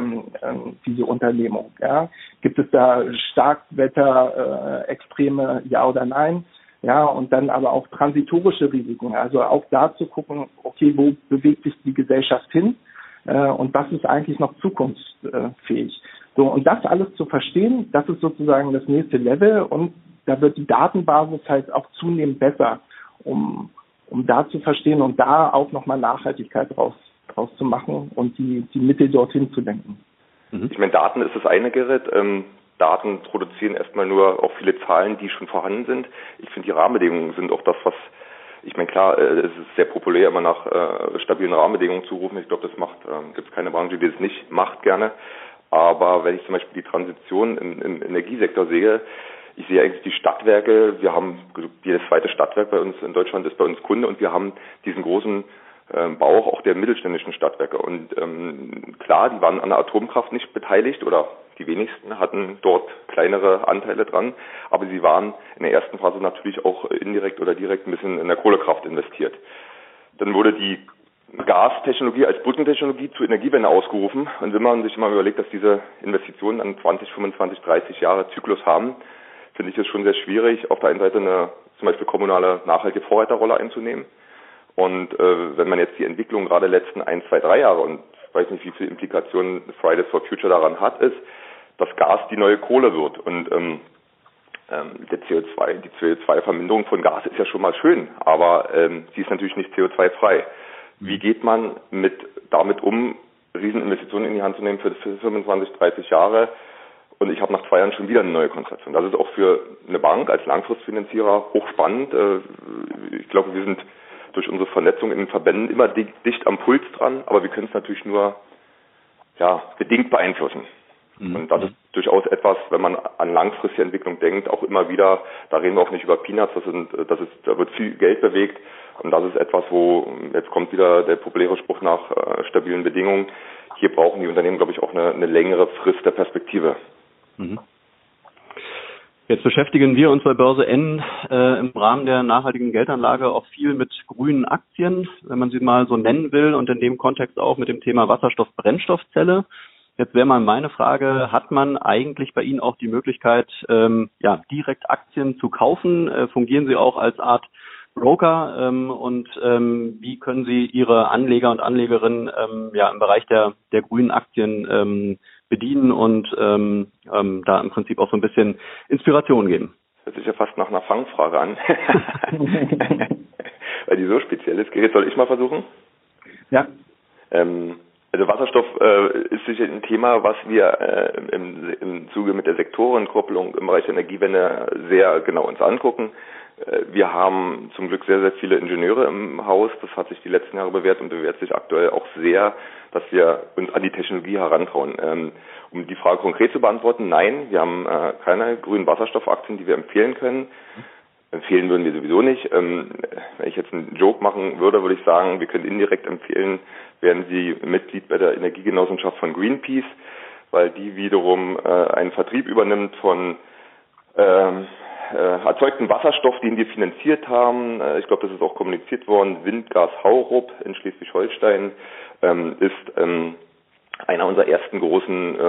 diese Unternehmung. Ja? Gibt es da Starkwetter, Extreme, ja oder nein? Ja, und dann aber auch transitorische Risiken. Also auch da zu gucken, okay, wo bewegt sich die Gesellschaft hin? Und was ist eigentlich noch zukunftsfähig? So, und das alles zu verstehen, das ist sozusagen das nächste Level, und da wird die Datenbasis halt auch zunehmend besser, um da zu verstehen und da auch nochmal Nachhaltigkeit draus zu machen und die Mittel dorthin zu lenken. Ich meine, Daten ist das eine, Gerrit. Daten produzieren erstmal nur auch viele Zahlen, die schon vorhanden sind. Ich finde, die Rahmenbedingungen sind auch das, was, ich meine, klar, es ist sehr populär, immer nach stabilen Rahmenbedingungen zu rufen. Ich glaube, gibt es keine Branche, die das nicht macht gerne. Aber wenn ich zum Beispiel die Transition im Energiesektor sehe, ich sehe eigentlich die Stadtwerke, wir haben jedes zweite Stadtwerk bei uns in Deutschland ist bei uns Kunde, und wir haben diesen großen Bau auch der mittelständischen Stadtwerke. Und klar, die waren an der Atomkraft nicht beteiligt, oder die wenigsten hatten dort kleinere Anteile dran, aber sie waren in der ersten Phase natürlich auch indirekt oder direkt ein bisschen in der Kohlekraft investiert. Dann wurde die Gastechnologie als Brückentechnologie zur Energiewende ausgerufen. Und wenn man sich mal überlegt, dass diese Investitionen an 20, 25, 30 Jahre Zyklus haben, finde ich es schon sehr schwierig, auf der einen Seite eine zum Beispiel kommunale nachhaltige Vorreiterrolle einzunehmen. Und wenn man jetzt die Entwicklung gerade letzten 1, 2, 3 Jahre, und weiß nicht, wie viele Implikationen Fridays for Future daran hat, ist, dass Gas die neue Kohle wird. Und die CO2-Verminderung von Gas ist ja schon mal schön, aber sie ist natürlich nicht CO2-frei. Wie geht man damit um, Rieseninvestitionen in die Hand zu nehmen für 25, 30 Jahre? Und ich habe nach 2 Jahren schon wieder eine neue Konstellation. Das ist auch für eine Bank als Langfristfinanzierer hochspannend. Ich glaube, wir sind durch unsere Vernetzung in den Verbänden immer dicht am Puls dran, aber wir können es natürlich nur bedingt beeinflussen. Und das ist durchaus etwas, wenn man an langfristige Entwicklung denkt, auch immer wieder, da reden wir auch nicht über Peanuts, da wird viel Geld bewegt und das ist etwas, wo, jetzt kommt wieder der populäre Spruch nach stabilen Bedingungen, hier brauchen die Unternehmen, glaube ich, auch eine längere Frist der Perspektive. Jetzt beschäftigen wir uns bei Börse N im Rahmen der nachhaltigen Geldanlage auch viel mit grünen Aktien, wenn man sie mal so nennen will, und in dem Kontext auch mit dem Thema Wasserstoff-Brennstoffzelle. Jetzt wäre mal meine Frage, hat man eigentlich bei Ihnen auch die Möglichkeit, direkt Aktien zu kaufen? Fungieren Sie auch als Art Broker? Und wie können Sie Ihre Anleger und Anlegerinnen im Bereich der grünen Aktien bedienen und da im Prinzip auch so ein bisschen Inspiration geben? Das hört sich ja fast nach einer Fangfrage an, weil die so speziell ist. Gerrit, soll ich mal versuchen? Ja. Also Wasserstoff ist sicher ein Thema, was wir im Zuge mit der Sektorenkopplung im Bereich der Energiewende sehr genau uns angucken. Wir haben zum Glück sehr, sehr viele Ingenieure im Haus. Das hat sich die letzten Jahre bewährt und bewährt sich aktuell auch sehr, dass wir uns an die Technologie herantrauen. Um die Frage konkret zu beantworten, nein, wir haben keine grünen Wasserstoffaktien, die wir empfehlen können. Empfehlen würden wir sowieso nicht. Wenn ich jetzt einen Joke machen würde, würde ich sagen, wir können indirekt empfehlen, werden Sie Mitglied bei der Energiegenossenschaft von Greenpeace, weil die wiederum einen Vertrieb übernimmt von erzeugten Wasserstoff, den wir finanziert haben. Ich glaube, das ist auch kommuniziert worden. Windgas Haurup in Schleswig-Holstein ist einer unserer ersten großen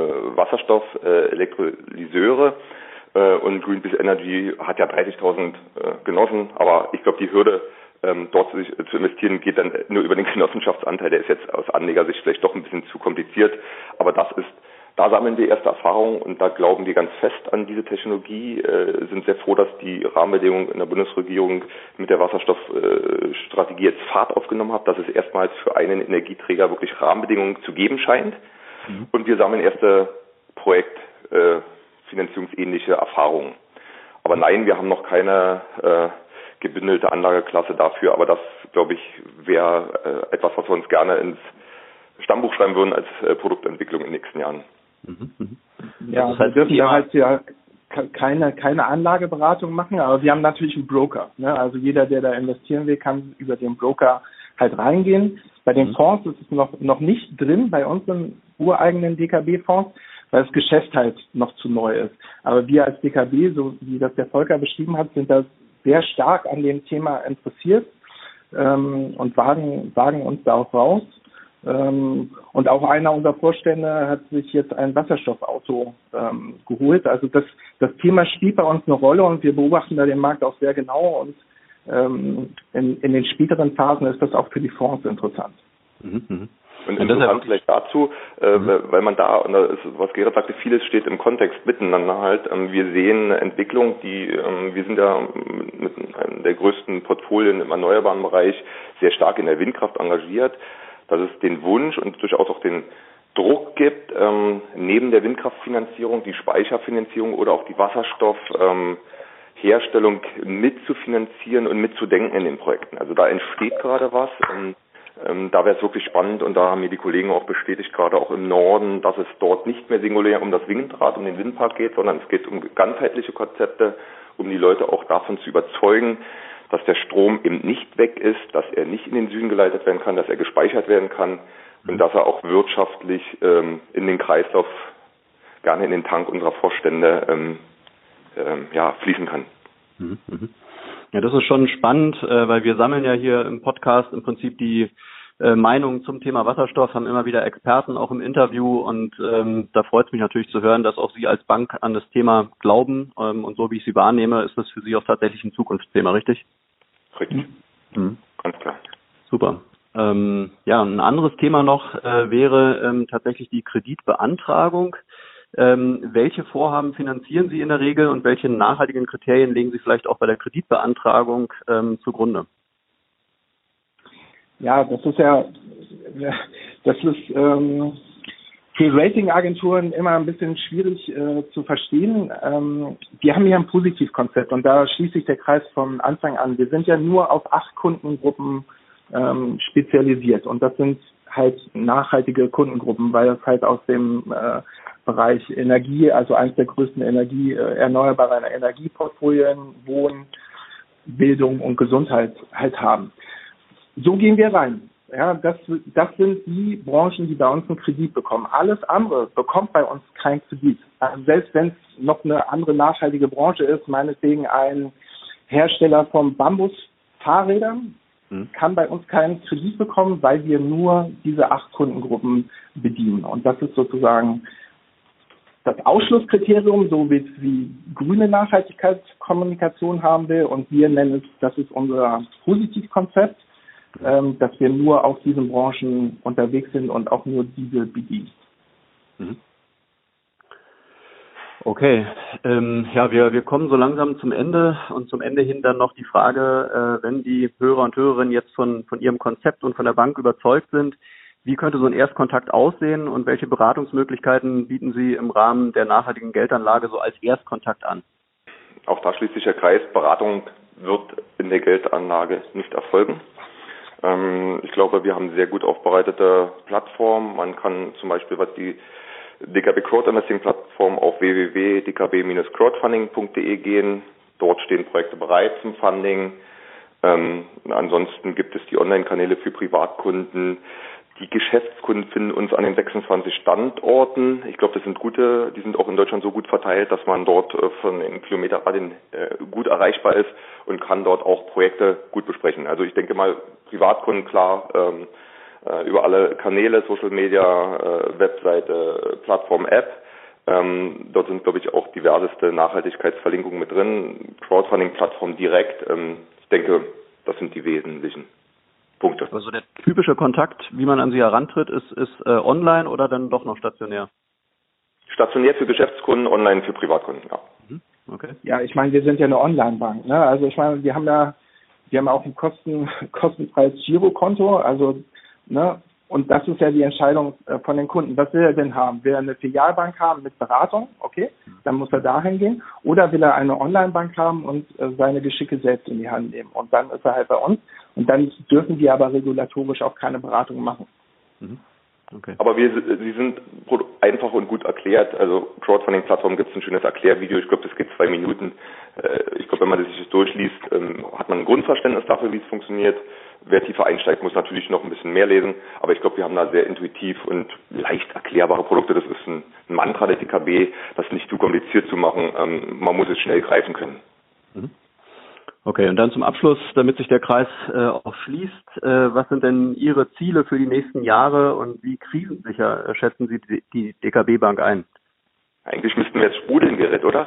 Wasserstoff-Elektrolyseure. Und Greenpeace Energy hat ja 30.000 Genossen, aber ich glaube, die Hürde, dort zu investieren, geht dann nur über den Genossenschaftsanteil. Der ist jetzt aus Anlegersicht vielleicht doch ein bisschen zu kompliziert, aber da sammeln wir erste Erfahrungen und da glauben wir ganz fest an diese Technologie, sind sehr froh, dass die Rahmenbedingungen in der Bundesregierung mit der Wasserstoffstrategie jetzt Fahrt aufgenommen hat, dass es erstmals für einen Energieträger wirklich Rahmenbedingungen zu geben scheint. Und wir sammeln erste finanzierungsähnliche Erfahrungen. Aber nein, wir haben noch keine gebündelte Anlageklasse dafür, aber das, glaube ich, wäre etwas, was wir uns gerne ins Stammbuch schreiben würden als Produktentwicklung in den nächsten Jahren. Ja, das heißt, wir dürfen da halt keine Anlageberatung machen, aber wir haben natürlich einen Broker. Ne? Also jeder, der da investieren will, kann über den Broker halt reingehen. Bei den Fonds ist es noch nicht drin, bei unseren ureigenen DKB-Fonds, weil das Geschäft halt noch zu neu ist. Aber wir als DKB, so wie das der Volker beschrieben hat, sind da sehr stark an dem Thema interessiert und wagen uns da auch raus. Und auch einer unserer Vorstände hat sich jetzt ein Wasserstoffauto geholt. Also das Thema spielt bei uns eine Rolle und wir beobachten da den Markt auch sehr genau und in den späteren Phasen ist das auch für die Fonds interessant. Und interessant vielleicht dazu, weil man da, und das ist, was Gerrit sagte, vieles steht im Kontext miteinander halt. Wir sehen eine Entwicklung, wir sind ja mit einem der größten Portfolien im erneuerbaren Bereich sehr stark in der Windkraft engagiert, dass es den Wunsch und durchaus auch den Druck gibt, neben der Windkraftfinanzierung die Speicherfinanzierung oder auch die Wasserstoffherstellung mitzufinanzieren und mitzudenken in den Projekten. Also da entsteht gerade was. Da wäre es wirklich spannend und da haben mir die Kollegen auch bestätigt, gerade auch im Norden, dass es dort nicht mehr singulär um das Windrad, um den Windpark geht, sondern es geht um ganzheitliche Konzepte, um die Leute auch davon zu überzeugen, dass der Strom eben nicht weg ist, dass er nicht in den Süden geleitet werden kann, dass er gespeichert werden kann und dass er auch wirtschaftlich in den Kreislauf, gerne in den Tank unserer Vorstände fließen kann. Ja, das ist schon spannend, weil wir sammeln ja hier im Podcast im Prinzip die Meinungen zum Thema Wasserstoff, haben immer wieder Experten auch im Interview und da freut es mich natürlich zu hören, dass auch Sie als Bank an das Thema glauben und so wie ich Sie wahrnehme, ist das für Sie auch tatsächlich ein Zukunftsthema, richtig? Richtig, ganz klar. Super. Ja, ein anderes Thema noch wäre tatsächlich die Kreditbeantragung. Welche Vorhaben finanzieren Sie in der Regel und welche nachhaltigen Kriterien legen Sie vielleicht auch bei der Kreditbeantragung zugrunde? Ja, das ist für Ratingagenturen immer ein bisschen schwierig zu verstehen. Wir haben hier ein Positivkonzept und da schließt sich der Kreis von Anfang an. Wir sind ja nur auf 8 Kundengruppen spezialisiert und das sind halt nachhaltige Kundengruppen, weil das halt aus dem Bereich Energie, also eines der größten erneuerbaren Energieportfolien, Wohnen, Bildung und Gesundheit halt haben. So gehen wir rein. Ja, das sind die Branchen, die bei uns einen Kredit bekommen. Alles andere bekommt bei uns keinen Kredit. Also selbst wenn es noch eine andere nachhaltige Branche ist, meinetwegen ein Hersteller von Bambusfahrrädern, kann bei uns keinen Kredit bekommen, weil wir nur diese 8 Kundengruppen bedienen. Und das ist sozusagen das Ausschlusskriterium, so wie grüne Nachhaltigkeitskommunikation haben will. Und wir nennen es, das ist unser Positivkonzept, dass wir nur auf diesen Branchen unterwegs sind und auch nur diese bedienen. Okay, ja, wir kommen so langsam zum Ende und zum Ende hin dann noch die Frage, wenn die Hörer und Hörerinnen jetzt von Ihrem Konzept und von der Bank überzeugt sind, wie könnte so ein Erstkontakt aussehen und welche Beratungsmöglichkeiten bieten Sie im Rahmen der nachhaltigen Geldanlage so als Erstkontakt an? Auch da schließt sich der Kreis. Beratung wird in der Geldanlage nicht erfolgen. Ich glaube, wir haben sehr gut aufbereitete Plattformen. Man kann zum Beispiel, was die DKB Crowdinvesting Plattform auf www.dkb-crowdfunding.de gehen. Dort stehen Projekte bereit zum Funding. Ansonsten gibt es die Online-Kanäle für Privatkunden. Die Geschäftskunden finden uns an den 26 Standorten. Ich glaube, die sind auch in Deutschland so gut verteilt, dass man dort von den Kilometerradien gut erreichbar ist und kann dort auch Projekte gut besprechen. Also ich denke mal, Privatkunden klar, über alle Kanäle, Social Media, Webseite, Plattform, App. Dort sind, glaube ich, auch diverseste Nachhaltigkeitsverlinkungen mit drin. Crowdfunding-Plattform direkt. Ich denke, das sind die wesentlichen Punkte. Also der typische Kontakt, wie man an Sie herantritt, ist online oder dann doch noch stationär? Stationär für Geschäftskunden, online für Privatkunden, ja. Okay. Ja, ich meine, wir sind ja eine Online-Bank, ne? Also ich meine, wir haben auch ein kostenfreies Girokonto, also ne? Und das ist ja die Entscheidung von den Kunden. Was will er denn haben? Will er eine Filialbank haben mit Beratung? Okay, dann muss er dahin gehen. Oder will er eine Online-Bank haben und seine Geschicke selbst in die Hand nehmen? Und dann ist er halt bei uns. Und dann dürfen wir aber regulatorisch auch keine Beratung machen. Okay. Aber sie sind einfach und gut erklärt. Also Crowdfunding-Plattform gibt es ein schönes Erklärvideo. Ich glaube, das geht 2 Minuten. Ich glaube, wenn man sich das durchliest, hat man ein Grundverständnis dafür, wie es funktioniert. Wer tiefer einsteigt, muss natürlich noch ein bisschen mehr lesen. Aber ich glaube, wir haben da sehr intuitiv und leicht erklärbare Produkte. Das ist ein Mantra der DKB, das nicht zu kompliziert zu machen. Man muss es schnell greifen können. Okay, und dann zum Abschluss, damit sich der Kreis auch schließt, was sind denn Ihre Ziele für die nächsten Jahre und wie krisensicher schätzen Sie die DKB Bank ein? Eigentlich müssten wir jetzt sprudeln, Gerrit, oder?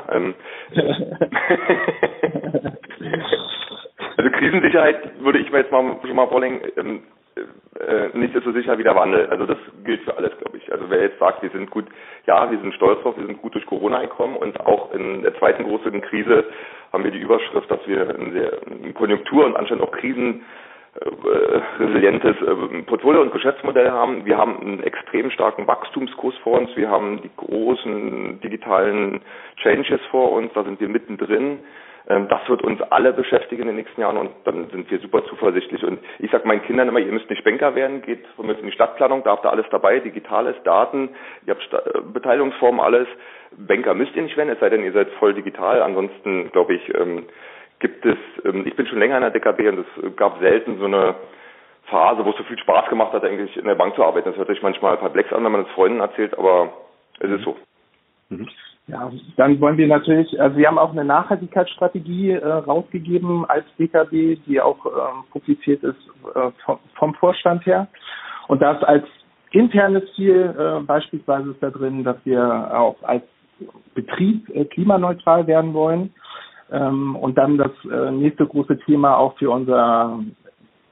Also Krisensicherheit würde ich mir jetzt schon mal vorlegen, nicht ist so sicher wie der Wandel. Also das gilt für alles, glaube ich. Also wer jetzt sagt, wir sind gut, ja, wir sind stolz drauf, wir sind gut durch Corona gekommen und auch in der zweiten großen Krise haben wir die Überschrift, dass wir ein sehr Konjunktur- und anscheinend auch krisenresilientes Portfolio und Geschäftsmodell haben. Wir haben einen extrem starken Wachstumskurs vor uns. Wir haben die großen digitalen Changes vor uns. Da sind wir mittendrin. Das wird uns alle beschäftigen in den nächsten Jahren und dann sind wir super zuversichtlich. Und ich sage meinen Kindern immer, ihr müsst nicht Banker werden, geht von mir in die Stadtplanung, da habt ihr alles dabei, Digitales, Daten, ihr habt Beteiligungsformen, alles. Banker müsst ihr nicht werden, es sei denn, ihr seid voll digital. Ansonsten, glaube ich, gibt es, ich bin schon länger in der DKB und es gab selten so eine Phase, wo es so viel Spaß gemacht hat, eigentlich in der Bank zu arbeiten. Das hört sich manchmal perplex an, wenn man es Freunden erzählt, aber es ist so. Ja, dann wollen wir natürlich, also wir haben auch eine Nachhaltigkeitsstrategie rausgegeben als DKB, die auch publiziert ist vom Vorstand her. Und das als internes Ziel beispielsweise ist da drin, dass wir auch als Betrieb klimaneutral werden wollen. Und dann das nächste große Thema auch für unser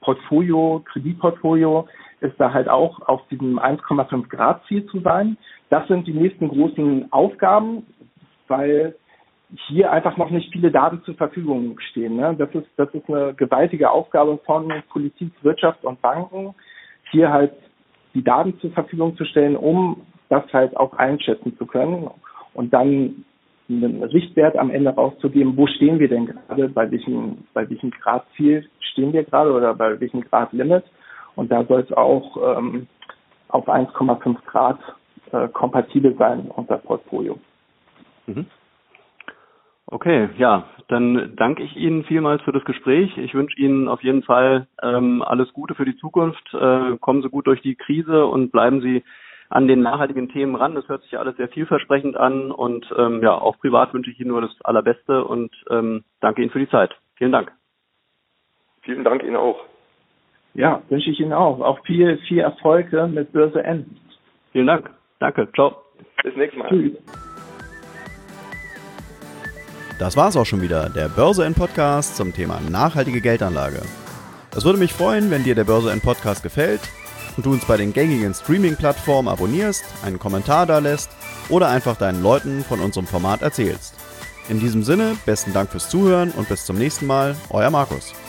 Kreditportfolio ist da halt auch auf diesem 1,5 Grad Ziel zu sein. Das sind die nächsten großen Aufgaben, weil hier einfach noch nicht viele Daten zur Verfügung stehen. Ne? Das ist eine gewaltige Aufgabe von Politik, Wirtschaft und Banken, hier halt die Daten zur Verfügung zu stellen, um das halt auch einschätzen zu können und dann einen Richtwert am Ende rauszugeben, wo stehen wir denn gerade, bei welchem Gradziel stehen wir gerade oder bei welchem Gradlimit. Und da soll es auch auf 1,5 Grad kompatibel sein, unser Portfolio. Mhm. Okay, ja, dann danke ich Ihnen vielmals für das Gespräch. Ich wünsche Ihnen auf jeden Fall alles Gute für die Zukunft. Kommen Sie gut durch die Krise und bleiben Sie an den nachhaltigen Themen ran. Das hört sich ja alles sehr vielversprechend an und ja, auch privat wünsche ich Ihnen nur das Allerbeste und danke Ihnen für die Zeit. Vielen Dank. Vielen Dank Ihnen auch. Ja, wünsche ich Ihnen auch. Auch viel Erfolg mit Börse N. Vielen Dank. Danke. Ciao. Bis nächstes Mal. Tschüss. Das war's auch schon wieder, der Börse N Podcast zum Thema nachhaltige Geldanlage. Es würde mich freuen, wenn dir der Börse N Podcast gefällt und du uns bei den gängigen Streaming-Plattformen abonnierst, einen Kommentar da lässt oder einfach deinen Leuten von unserem Format erzählst. In diesem Sinne, besten Dank fürs Zuhören und bis zum nächsten Mal, euer Markus.